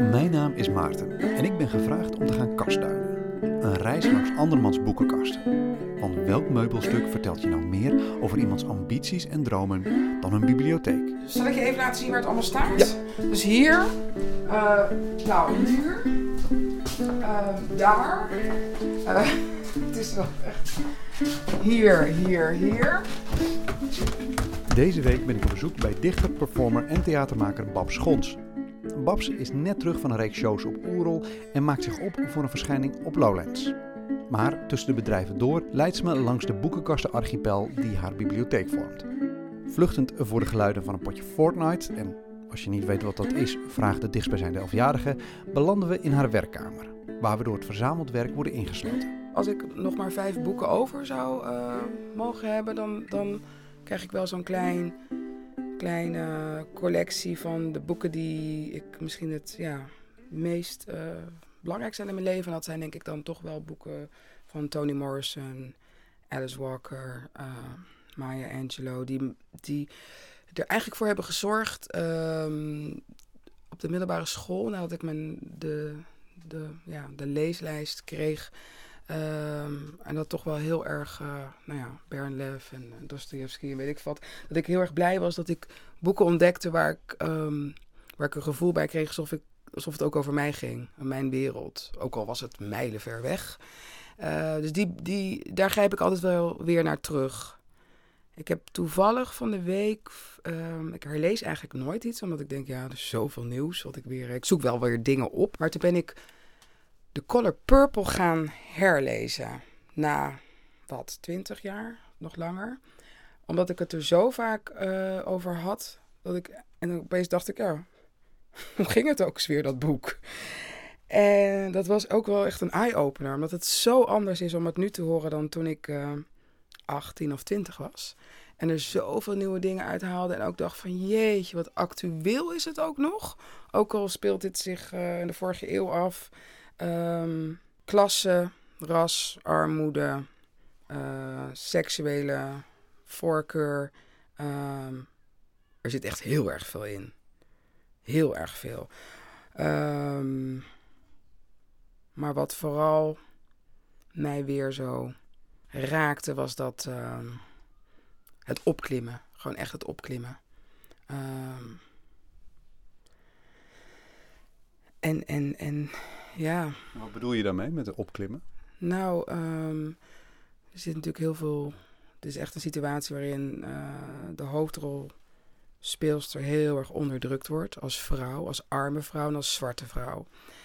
Mijn naam is Maarten en ik ben gevraagd om te gaan kastduinen. Een reis langs andermans boekenkasten. Want welk meubelstuk vertelt je nou meer over iemands ambities en dromen dan een bibliotheek? Zal ik je even laten zien waar het allemaal staat? Ja. Dus hier, hier, daar, het is wel echt hier. Deze week ben ik op bezoek bij dichter, performer en theatermaker Babs Schons. Babs is net terug van een reeks shows op Oerol en maakt zich op voor een verschijning op Lowlands. Maar tussen de bedrijven door leidt ze me langs de boekenkastenarchipel die haar bibliotheek vormt. Vluchtend voor de geluiden van een potje Fortnite, en als je niet weet wat dat is, vraag de dichtstbijzijnde 11-jarige, belanden we in haar werkkamer, waar we door het verzameld werk worden ingesloten. Als ik nog maar 5 boeken over zou mogen hebben, dan krijg ik wel zo'n kleine collectie van de boeken die ik misschien het meest belangrijk zijn in mijn leven. En dat zijn denk ik dan toch wel boeken van Toni Morrison, Alice Walker, Maya Angelou, die er eigenlijk voor hebben gezorgd op de middelbare school, nadat ik de leeslijst kreeg. En dat toch wel heel erg, Bernlef en Dostojevski en weet ik wat. Dat ik heel erg blij was dat ik boeken ontdekte waar ik een gevoel bij kreeg alsof het ook over mij ging. Mijn wereld. Ook al was het mijlenver weg. Dus daar grijp ik altijd wel weer naar terug. Ik heb toevallig van de week, ik herlees eigenlijk nooit iets, omdat ik denk, er is zoveel nieuws. Ik zoek wel weer dingen op. Maar toen ben ik The Color Purple gaan herlezen. Na, 20 jaar? Nog langer. Omdat ik het er zo vaak over had. En opeens dacht ik, hoe ging het ook eens weer, dat boek? En dat was ook wel echt een eye-opener. Omdat het zo anders is om het nu te horen dan toen ik 18 of 20 was. En er zoveel nieuwe dingen uithaalde. En ook dacht van, jeetje, wat actueel is het ook nog. Ook al speelt dit zich in de vorige eeuw af. Klasse, ras, armoede, seksuele voorkeur. Er zit echt heel erg veel in. Heel erg veel. Maar wat vooral mij weer zo raakte was dat het opklimmen. Gewoon echt het opklimmen. Wat bedoel je daarmee met het opklimmen? Nou, er zit natuurlijk heel veel. Het is echt een situatie waarin de hoofdrolspeelster heel erg onderdrukt wordt. Als vrouw, als arme vrouw en als zwarte vrouw.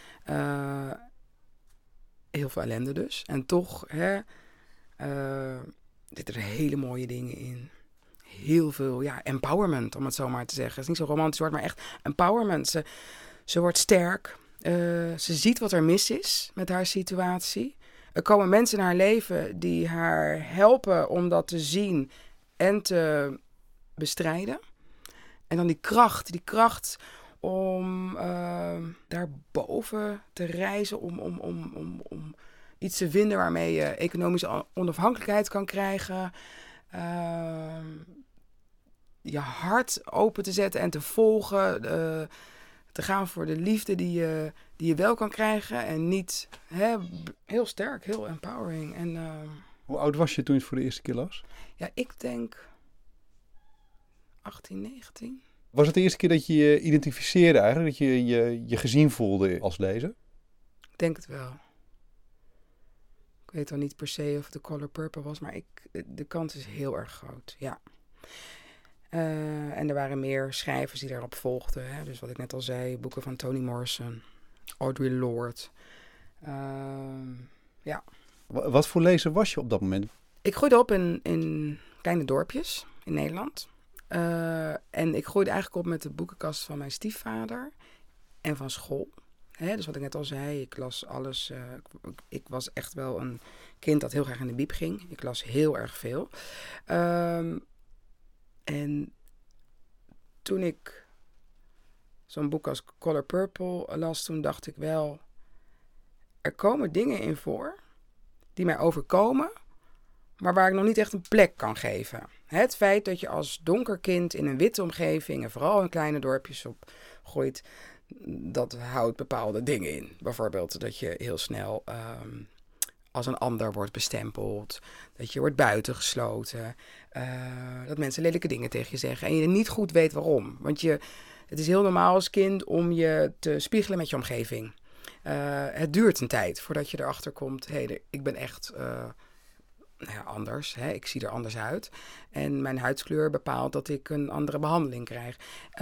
Heel veel ellende dus. En toch zitten er hele mooie dingen in. Heel veel, empowerment, om het zo maar te zeggen. Het is niet zo romantisch woord, maar echt empowerment. Ze wordt sterk. Ze ziet wat er mis is met haar situatie. Er komen mensen in haar leven die haar helpen om dat te zien en te bestrijden. En dan die kracht om daarboven te reizen, om iets te vinden waarmee je economische onafhankelijkheid kan krijgen. Je hart open te zetten en te volgen. Te gaan voor de liefde die je wel kan krijgen. En niet heel sterk, heel empowering. Hoe oud was je toen je het voor de eerste keer las? Ja, ik denk 18, 19. Was het de eerste keer dat je je identificeerde eigenlijk? Dat je je gezien voelde als lezer? Ik denk het wel. Ik weet dan niet per se of The Color Purple was. Maar de kans is heel erg groot, ja. En er waren meer schrijvers die daarop volgden. Hè? Dus wat ik net al zei, boeken van Toni Morrison, Audre Lorde. Wat voor lezer was je op dat moment? Ik groeide op in kleine dorpjes in Nederland. En ik groeide eigenlijk op met de boekenkast van mijn stiefvader en van school. Dus wat ik net al zei, ik las alles. Ik was echt wel een kind dat heel graag in de bieb ging. Ik las heel erg veel. En toen ik zo'n boek als Color Purple las, toen dacht ik wel, er komen dingen in voor die mij overkomen maar waar ik nog niet echt een plek kan geven. Het feit dat je als donker kind in een witte omgeving en vooral in kleine dorpjes opgroeit, dat houdt bepaalde dingen in. Bijvoorbeeld dat je heel snel als een ander wordt bestempeld, dat je wordt buitengesloten, dat mensen lelijke dingen tegen je zeggen en je niet goed weet waarom. Want het is heel normaal als kind om je te spiegelen met je omgeving. Het duurt een tijd voordat je erachter komt, ik ben echt anders. Hè? Ik zie er anders uit. En mijn huidskleur bepaalt dat ik een andere behandeling krijg.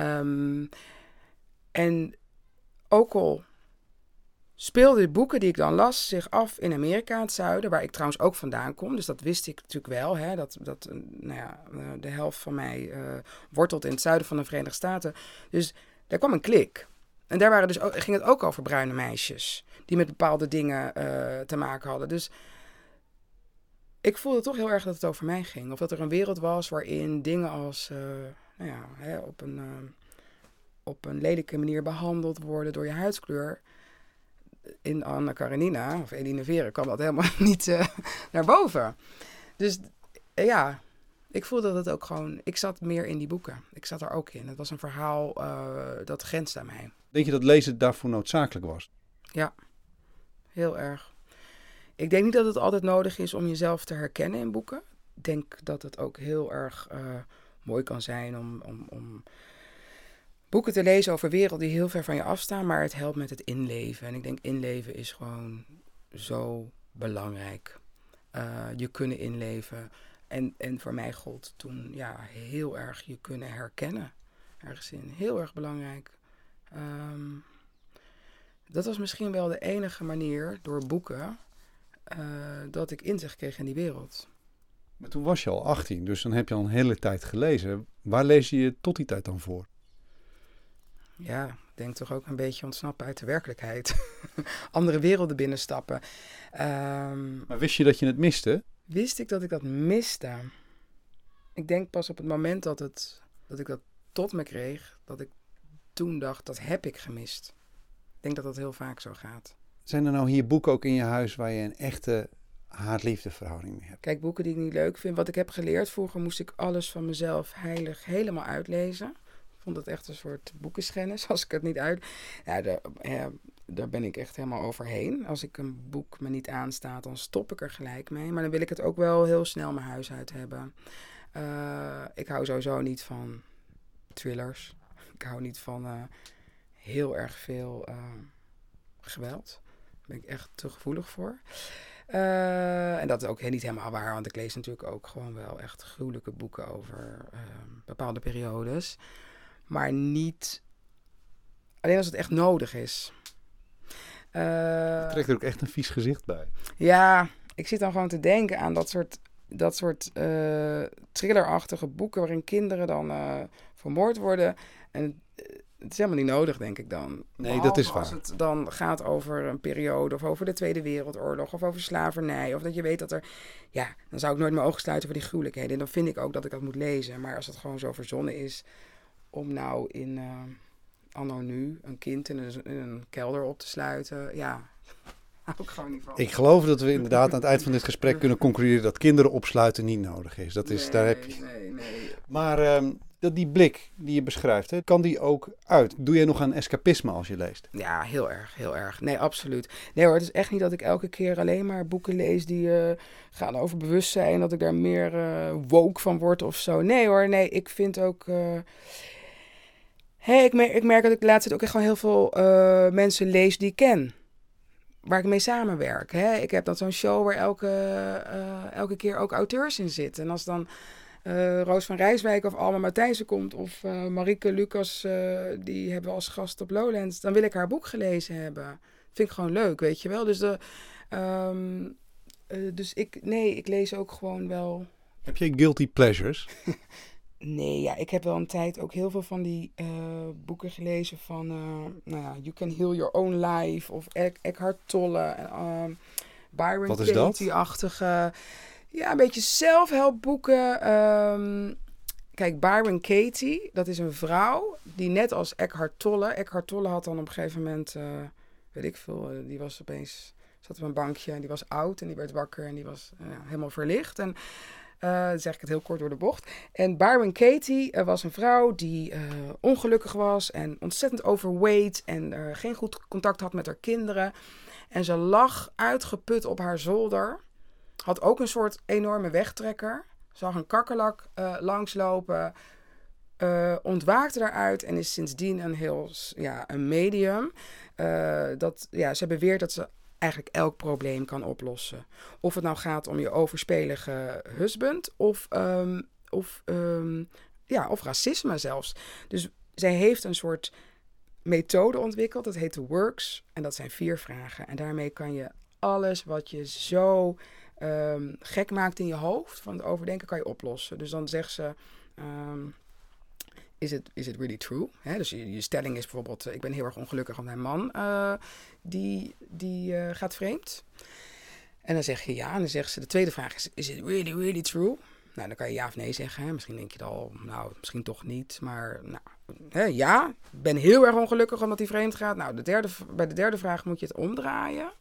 En ook al speelden de boeken die ik dan las zich af in Amerika, het zuiden, waar ik trouwens ook vandaan kom. Dus dat wist ik natuurlijk wel. Hè? De helft van mij wortelt in het zuiden van de Verenigde Staten. Dus daar kwam een klik. En daar ging het ook over bruine meisjes die met bepaalde dingen te maken hadden. Dus ik voelde toch heel erg dat het over mij ging. Of dat er een wereld was waarin dingen als op een lelijke manier behandeld worden door je huidskleur. In Anna Karenina of Eline Vere kwam dat helemaal niet naar boven. Dus ik voelde dat het ook gewoon. Ik zat meer in die boeken. Ik zat er ook in. Het was een verhaal dat grenst aan mij. Denk je dat lezen daarvoor noodzakelijk was? Ja, heel erg. Ik denk niet dat het altijd nodig is om jezelf te herkennen in boeken. Ik denk dat het ook heel erg mooi kan zijn om boeken te lezen over werelden die heel ver van je afstaan. Maar het helpt met het inleven. En ik denk inleven is gewoon zo belangrijk. Je kunnen inleven. En voor mij gold toen heel erg je kunnen herkennen. Ergens in. Heel erg belangrijk. Dat was misschien wel de enige manier door boeken dat ik inzicht kreeg in die wereld. Maar toen was je al 18, dus dan heb je al een hele tijd gelezen. Waar lees je je tot die tijd dan voor? Ja, ik denk toch ook een beetje ontsnappen uit de werkelijkheid. Andere werelden binnenstappen. Maar wist je dat je het miste? Wist ik dat ik dat miste? Ik denk pas op het moment dat ik dat tot me kreeg, dat ik toen dacht, dat heb ik gemist. Ik denk dat dat heel vaak zo gaat. Zijn er nou hier boeken ook in je huis waar je een echte haat-liefde verhouding mee hebt? Kijk, boeken die ik niet leuk vind. Wat ik heb geleerd, vroeger moest ik alles van mezelf heilig helemaal uitlezen. Ik vond het echt een soort boekenschennis als ik het niet uit. Ja, daar ben ik echt helemaal overheen. Als ik een boek me niet aanstaat, dan stop ik er gelijk mee. Maar dan wil ik het ook wel heel snel mijn huis uit hebben. Ik hou sowieso niet van thrillers. Ik hou niet van heel erg veel geweld. Daar ben ik echt te gevoelig voor. En dat is ook niet helemaal waar, want ik lees natuurlijk ook gewoon wel echt gruwelijke boeken over bepaalde periodes. Maar niet alleen als het echt nodig is. Trekt er ook echt een vies gezicht bij. Ja, ik zit dan gewoon te denken aan dat soort thrillerachtige boeken waarin kinderen dan vermoord worden. En het is helemaal niet nodig, denk ik dan. Nee, dat is waar. Als het dan gaat over een periode of over de Tweede Wereldoorlog of over slavernij. Of dat je weet dat er... Ja, dan zou ik nooit mijn ogen sluiten voor die gruwelijkheden. En dan vind ik ook dat ik dat moet lezen. Maar als het gewoon zo verzonnen is om nou in anno nu een kind in een kelder op te sluiten. Ja, hou ik gewoon niet van. Ik geloof dat we inderdaad aan het eind van dit gesprek kunnen concluderen dat kinderen opsluiten niet nodig is. Dat is, daar heb je. Nee. Maar die blik die je beschrijft, hè, kan die ook uit? Doe jij nog aan escapisme als je leest? Ja, heel erg. Nee, absoluut. Nee hoor, het is echt niet dat ik elke keer alleen maar boeken lees die gaan over bewustzijn. Dat ik daar meer woke van word of zo. Nee hoor, ik vind ook... ik merk dat ik de laatste tijd ook echt gewoon heel veel mensen lees die ik ken. Waar ik mee samenwerk. Hè? Ik heb dan zo'n show waar elke keer ook auteurs in zitten. En als dan Roos van Rijswijk of Alma Matthijssen komt... of Marieke Lucas, die hebben we als gast op Lowlands... dan wil ik haar boek gelezen hebben. Vind ik gewoon leuk, weet je wel. Dus ik lees ook gewoon wel... Heb je guilty pleasures? Nee, ja, ik heb wel een tijd ook heel veel van die boeken gelezen van... You Can Heal Your Own Life of Eckhart Tolle. Byron Katie-achtige... Ja, een beetje zelfhelpboeken. Kijk, Byron Katie, dat is een vrouw die net als Eckhart Tolle... Eckhart Tolle had dan op een gegeven moment, weet ik veel... die was opeens Zat op een bankje en die was oud en die werd wakker en die was helemaal verlicht. En dan zeg ik het heel kort door de bocht. En Byron Katie was een vrouw die ongelukkig was en ontzettend overweight en geen goed contact had met haar kinderen. En ze lag uitgeput op haar zolder. Had ook een soort enorme wegtrekker. Zag een kakkerlak langslopen. Ontwaakte daaruit en is sindsdien een medium. Ze beweert dat ze eigenlijk elk probleem kan oplossen. Of het nou gaat om je overspelige husband of racisme zelfs. Dus zij heeft een soort methode ontwikkeld. Dat heet de Works. En dat zijn 4 vragen. En daarmee kan je alles wat je zo gek maakt in je hoofd van het overdenken, kan je oplossen. Dus dan zegt ze... Is it really true? Dus je stelling is bijvoorbeeld... ik ben heel erg ongelukkig want mijn man die gaat vreemd. En dan zeg je ja. En dan zegt ze, de tweede vraag is it really, really true? Nou, dan kan je ja of nee zeggen. Hè? Misschien denk je dan al, misschien toch niet. Maar ja, ik ben heel erg ongelukkig omdat hij vreemd gaat. Nou, bij de derde vraag moet je het omdraaien.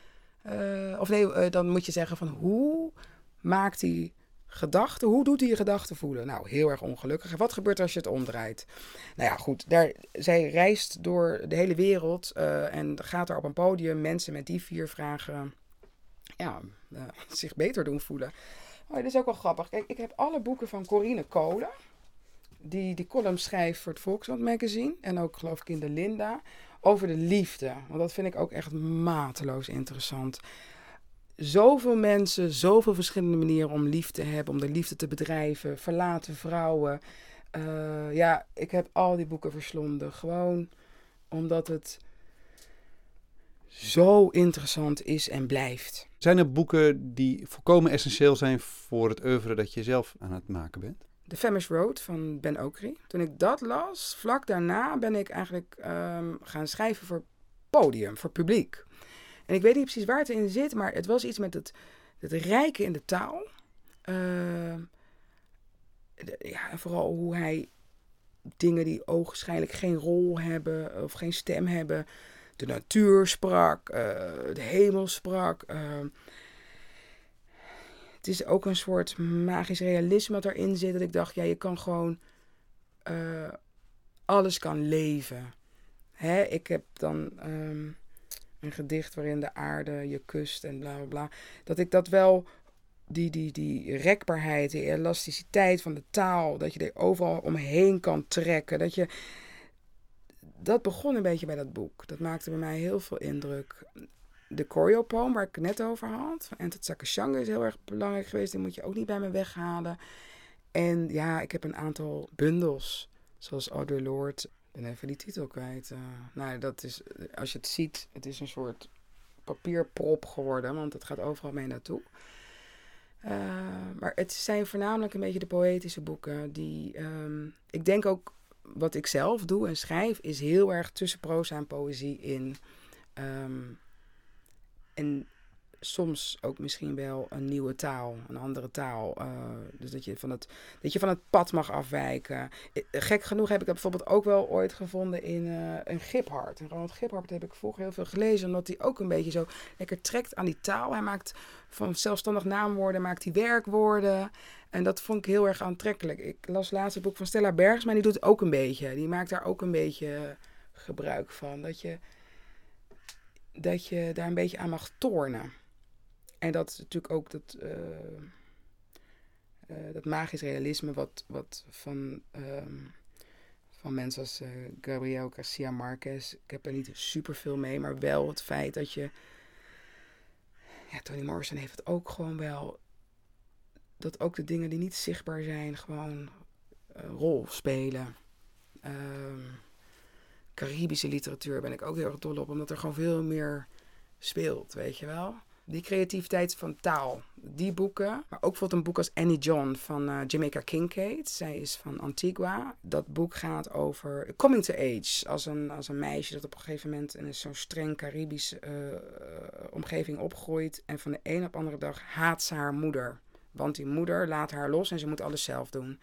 Dan moet je zeggen van hoe maakt hij... gedachten, hoe doet hij je gedachten voelen? Nou, heel erg ongelukkig. Wat gebeurt als je het omdraait? Nou ja, goed. Zij reist door de hele wereld en gaat er op een podium mensen met die 4 vragen zich beter doen voelen. Oh, dit is ook wel grappig. Kijk, ik heb alle boeken van Corine Kolen, die column schrijft voor het Volkskrant magazine en ook geloof ik in de Linda, over de liefde. Want dat vind ik ook echt mateloos interessant. Zoveel mensen, zoveel verschillende manieren om lief te hebben, om de liefde te bedrijven, verlaten vrouwen. Ik heb al die boeken verslonden. Gewoon omdat het zo interessant is en blijft. Zijn er boeken die volkomen essentieel zijn voor het oeuvre dat je zelf aan het maken bent? The Famous Road van Ben Okri. Toen ik dat las, vlak daarna ben ik eigenlijk gaan schrijven voor podium, voor publiek. En ik weet niet precies waar het in zit, maar het was iets met het rijke in de taal. En vooral hoe hij dingen die ogenschijnlijk geen rol hebben of geen stem hebben. De natuur sprak, de hemel sprak. Het is ook een soort magisch realisme dat erin zit. Dat ik dacht, je kan gewoon... alles kan leven. Ik heb dan... een gedicht waarin de aarde je kust en bla bla bla. Dat ik dat wel, die rekbaarheid, die elasticiteit van de taal, dat je er overal omheen kan trekken. Dat begon een beetje bij dat boek. Dat maakte bij mij heel veel indruk. De choreo-poem waar ik het net over had, van Ente Tsakashange, is heel erg belangrijk geweest. Die moet je ook niet bij me weghalen. En ja, ik heb een aantal bundels, zoals Audre Lorde. Ik ben even die titel kwijt. Dat is, als je het ziet, het is een soort papierprop geworden, want het gaat overal mee naartoe. Maar het zijn voornamelijk een beetje de poëtische boeken die... ik denk ook, wat ik zelf doe en schrijf, is heel erg tussen proza en poëzie in. En soms ook misschien wel een nieuwe taal, een andere taal. Dus dat je van het pad mag afwijken. Gek genoeg heb ik dat bijvoorbeeld ook wel ooit gevonden in een Giphart. En Ronald Giphart heb ik vroeger heel veel gelezen, omdat hij ook een beetje zo lekker trekt aan die taal. Hij maakt van zelfstandig naamwoorden, maakt hij werkwoorden. En dat vond ik heel erg aantrekkelijk. Ik las laatst het boek van Stella Bergsma en die doet het ook een beetje. Die maakt daar ook een beetje gebruik van. Dat je daar een beetje aan mag tornen. En dat is natuurlijk ook dat magisch realisme wat van mensen als Gabriel Garcia Marquez. Ik heb er niet super veel mee, maar wel het feit dat je... Ja, Toni Morrison heeft het ook gewoon wel... Dat ook de dingen die niet zichtbaar zijn gewoon rol spelen. Caribische literatuur ben ik ook heel erg dol op, omdat er gewoon veel meer speelt, weet je wel. Die creativiteit van taal, die boeken. Maar ook bijvoorbeeld een boek als Annie John van Jamaica Kincaid. Zij is van Antigua. Dat boek gaat over coming to age. Als een meisje dat op een gegeven moment in zo'n streng Caribisch omgeving opgroeit. En van de een op de andere dag haat ze haar moeder. Want die moeder laat haar los en ze moet alles zelf doen.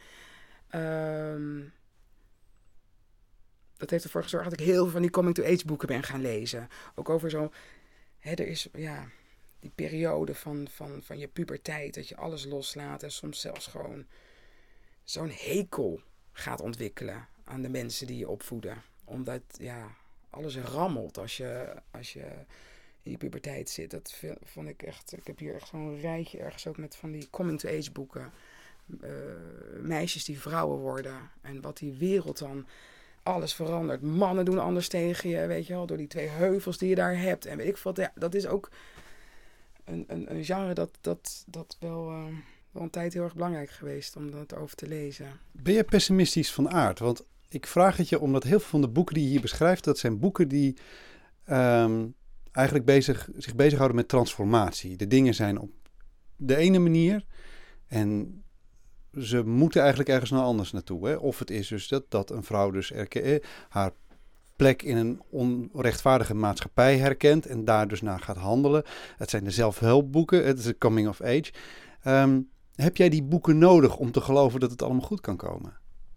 Dat heeft ervoor gezorgd dat ik heel veel van die coming to age boeken ben gaan lezen. Ook over zo'n er is die periode van je puberteit, dat je alles loslaat en soms zelfs gewoon zo'n hekel gaat ontwikkelen aan de mensen die je opvoeden. Omdat alles rammelt als je in je puberteit zit. Dat vond ik echt. Ik heb hier echt zo'n rijtje ergens ook met van die coming-to-age boeken. Meisjes die vrouwen worden. En wat die wereld dan alles verandert. Mannen doen anders tegen je, weet je wel. Door die 2 heuvels die je daar hebt. En weet ik wat. Ja, dat is ook een genre dat wel een tijd heel erg belangrijk geweest om dat over te lezen. Ben je pessimistisch van aard? Want ik vraag het je omdat heel veel van de boeken die je hier beschrijft, dat zijn boeken die eigenlijk zich bezighouden met transformatie. De dingen zijn op de ene manier en ze moeten eigenlijk ergens naar anders naartoe. Hè? Of het is dus dat een vrouw dus haar plek in een onrechtvaardige maatschappij herkent en daar dus naar gaat handelen. Het zijn de zelfhulpboeken, het is een coming of age. Heb jij die boeken nodig om te geloven dat het allemaal goed kan komen?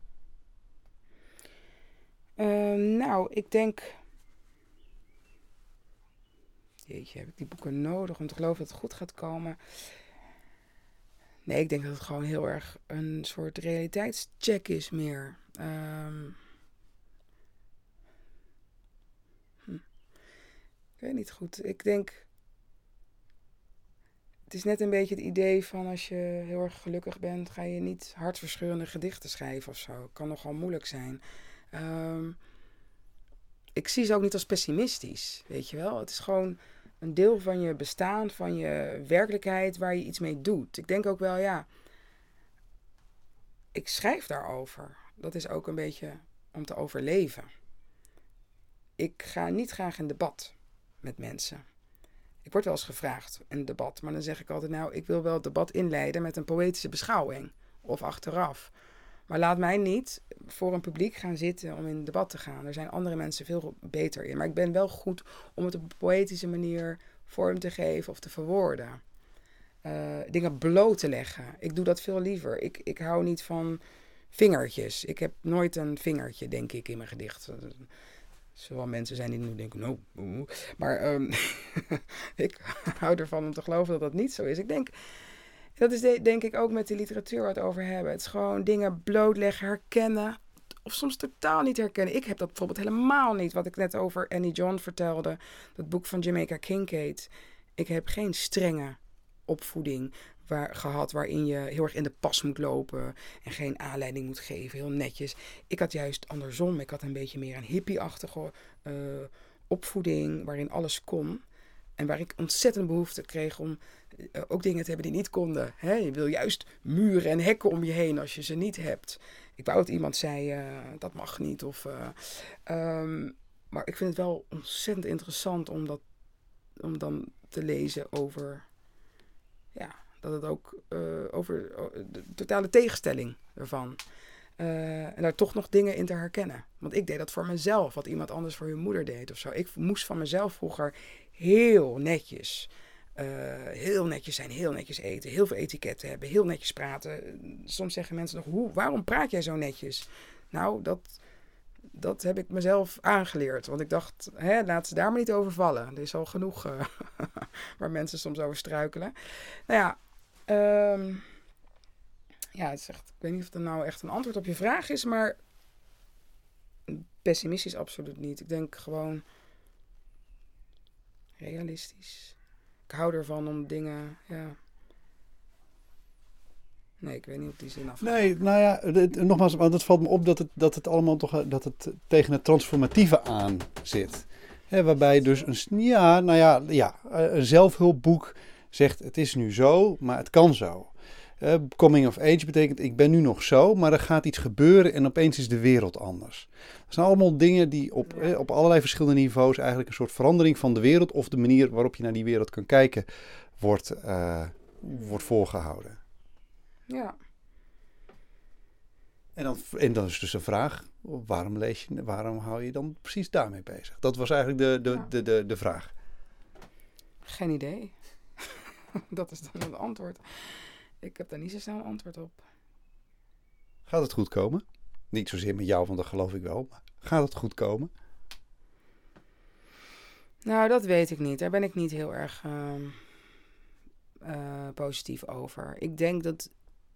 Ik denk... Jeetje, heb ik die boeken nodig om te geloven dat het goed gaat komen? Nee, ik denk dat het gewoon heel erg een soort realiteitscheck is meer. Ik weet niet goed. Ik denk... Het is net een beetje het idee van als je heel erg gelukkig bent, ga je niet hartverscheurende gedichten schrijven of zo. Kan nogal moeilijk zijn. Ik zie ze ook niet als pessimistisch, weet je wel. Het is gewoon een deel van je bestaan, van je werkelijkheid, waar je iets mee doet. Ik denk ook wel, ik schrijf daarover. Dat is ook een beetje om te overleven. Ik ga niet graag in debat met mensen. Ik word wel eens gevraagd in een debat, maar dan zeg ik altijd, ik wil wel het debat inleiden met een poëtische beschouwing. Of achteraf. Maar laat mij niet voor een publiek gaan zitten om in een debat te gaan. Er zijn andere mensen veel beter in. Maar ik ben wel goed om het op een poëtische manier vorm te geven of te verwoorden. Dingen bloot te leggen. Ik doe dat veel liever. Ik hou niet van vingertjes. Ik heb nooit een vingertje, denk ik, in mijn gedicht. Er zullen wel mensen zijn die nu denken, Maar ik hou ervan om te geloven dat dat niet zo is. Ik denk... Dat is denk ik ook met de literatuur waar we het over hebben. Het is gewoon dingen blootleggen, herkennen. Of soms totaal niet herkennen. Ik heb dat bijvoorbeeld helemaal niet. Wat ik net over Annie John vertelde. Dat boek van Jamaica Kincaid. Ik heb geen strenge opvoeding gehad waarin je heel erg in de pas moet lopen. En geen aanleiding moet geven. Heel netjes. Ik had juist andersom. Ik had een beetje meer een hippie-achtige opvoeding waarin alles kon. En waar ik ontzettend behoefte kreeg om ook dingen te hebben die niet konden. Hè? Je wil juist muren en hekken om je heen als je ze niet hebt. Ik wou dat iemand zei, dat mag niet. Maar ik vind het wel ontzettend interessant om dan te lezen over... dat het ook over de totale tegenstelling ervan. En daar toch nog dingen in te herkennen. Want ik deed dat voor mezelf, wat iemand anders voor hun moeder deed of zo. Ik moest van mezelf vroeger heel netjes zijn, heel netjes eten, heel veel etiketten hebben, heel netjes praten. Soms zeggen mensen nog, waarom praat jij zo netjes? Nou, dat heb ik mezelf aangeleerd. Want ik dacht, laat ze daar maar niet over vallen. Er is al genoeg waar mensen soms over struikelen. Het is echt, ik weet niet of dat nou echt een antwoord op je vraag is, maar pessimistisch absoluut niet. Ik denk gewoon realistisch. Ik hou ervan om dingen, Nee, ik weet niet of die zin afgaat. Nee, nogmaals, want het valt me op dat het allemaal toch dat het tegen het transformatieve aan zit. Waarbij dus een zelfhulpboek zegt, het is nu zo, maar het kan zo. Coming of age betekent, ik ben nu nog zo, maar er gaat iets gebeuren en opeens is de wereld anders. Dat zijn allemaal dingen die op allerlei verschillende niveaus eigenlijk een soort verandering van de wereld of de manier waarop je naar die wereld kan kijken wordt voorgehouden. Ja. En dan is dus de vraag, waarom hou je dan precies daarmee bezig? Dat was eigenlijk de vraag. Geen idee. Dat is dan het antwoord. Ik heb daar niet zo snel een antwoord op. Gaat het goed komen? Niet zozeer met jou, want dat geloof ik wel. Maar gaat het goed komen? Nou, dat weet ik niet. Daar ben ik niet heel erg positief over. Ik denk dat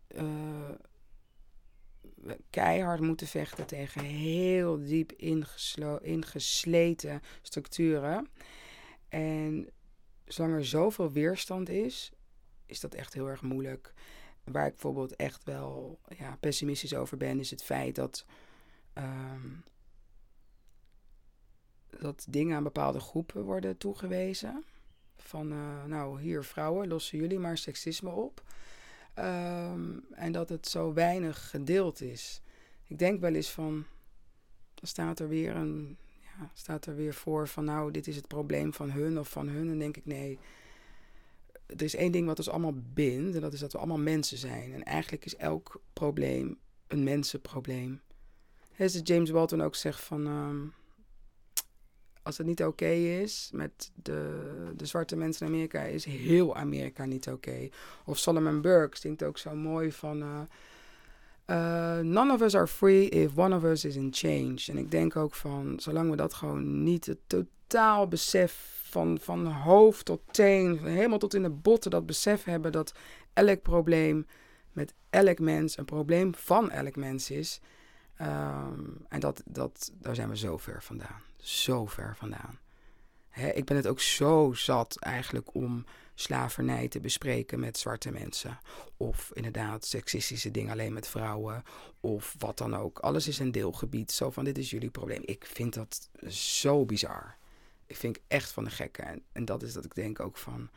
we keihard moeten vechten tegen heel diep ingesleten structuren. En zolang er zoveel weerstand is dat echt heel erg moeilijk. Waar ik bijvoorbeeld echt wel pessimistisch over ben, is het feit dat dingen aan bepaalde groepen worden toegewezen. Van, hier vrouwen, lossen jullie maar seksisme op. En dat het zo weinig gedeeld is. Ik denk wel eens van, dan staat er weer voor van, dit is het probleem van hun of van hun. En denk ik, nee, er is één ding wat ons allemaal bindt. En dat is dat we allemaal mensen zijn. En eigenlijk is elk probleem een mensenprobleem. Dus James Walton ook zegt van, als het niet oké is met de zwarte mensen in Amerika, is heel Amerika niet oké. Of Solomon Burke zingt ook zo mooi van, none of us are free if one of us is in change. En ik denk ook van, zolang we dat gewoon niet, het totaal besef van hoofd tot teen, helemaal tot in de botten, dat besef hebben dat elk probleem met elk mens een probleem van elk mens is. En daar zijn we zo ver vandaan. Zo ver vandaan. Ik ben het ook zo zat eigenlijk om slavernij te bespreken met zwarte mensen. Of inderdaad seksistische dingen alleen met vrouwen. Of wat dan ook. Alles is een deelgebied. Zo van, dit is jullie probleem. Ik vind dat zo bizar. Ik vind echt van de gekken. En dat is dat ik denk ook van,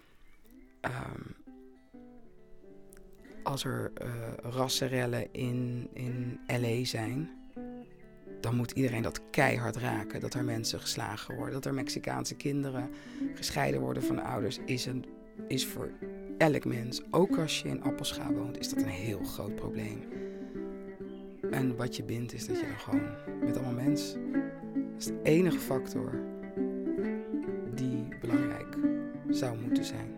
als er rassenrellen in LA zijn, dan moet iedereen dat keihard raken. Dat er mensen geslagen worden. Dat er Mexicaanse kinderen gescheiden worden van ouders. Is voor elk mens, ook als je in Appelscha woont, is dat een heel groot probleem. En wat je bindt is dat je dan gewoon met allemaal mens. Dat is de enige factor die belangrijk zou moeten zijn.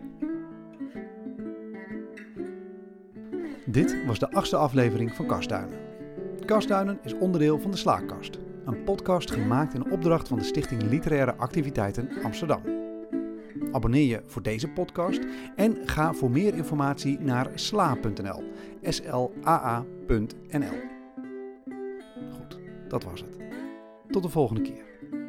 Dit was de 8e aflevering van Kastduinen. Kastduinen is onderdeel van de Slaapkast, een podcast gemaakt in opdracht van de Stichting Literaire Activiteiten Amsterdam. Abonneer je voor deze podcast en ga voor meer informatie naar slaa.nl. slaa.nl. Goed, dat was het. Tot de volgende keer.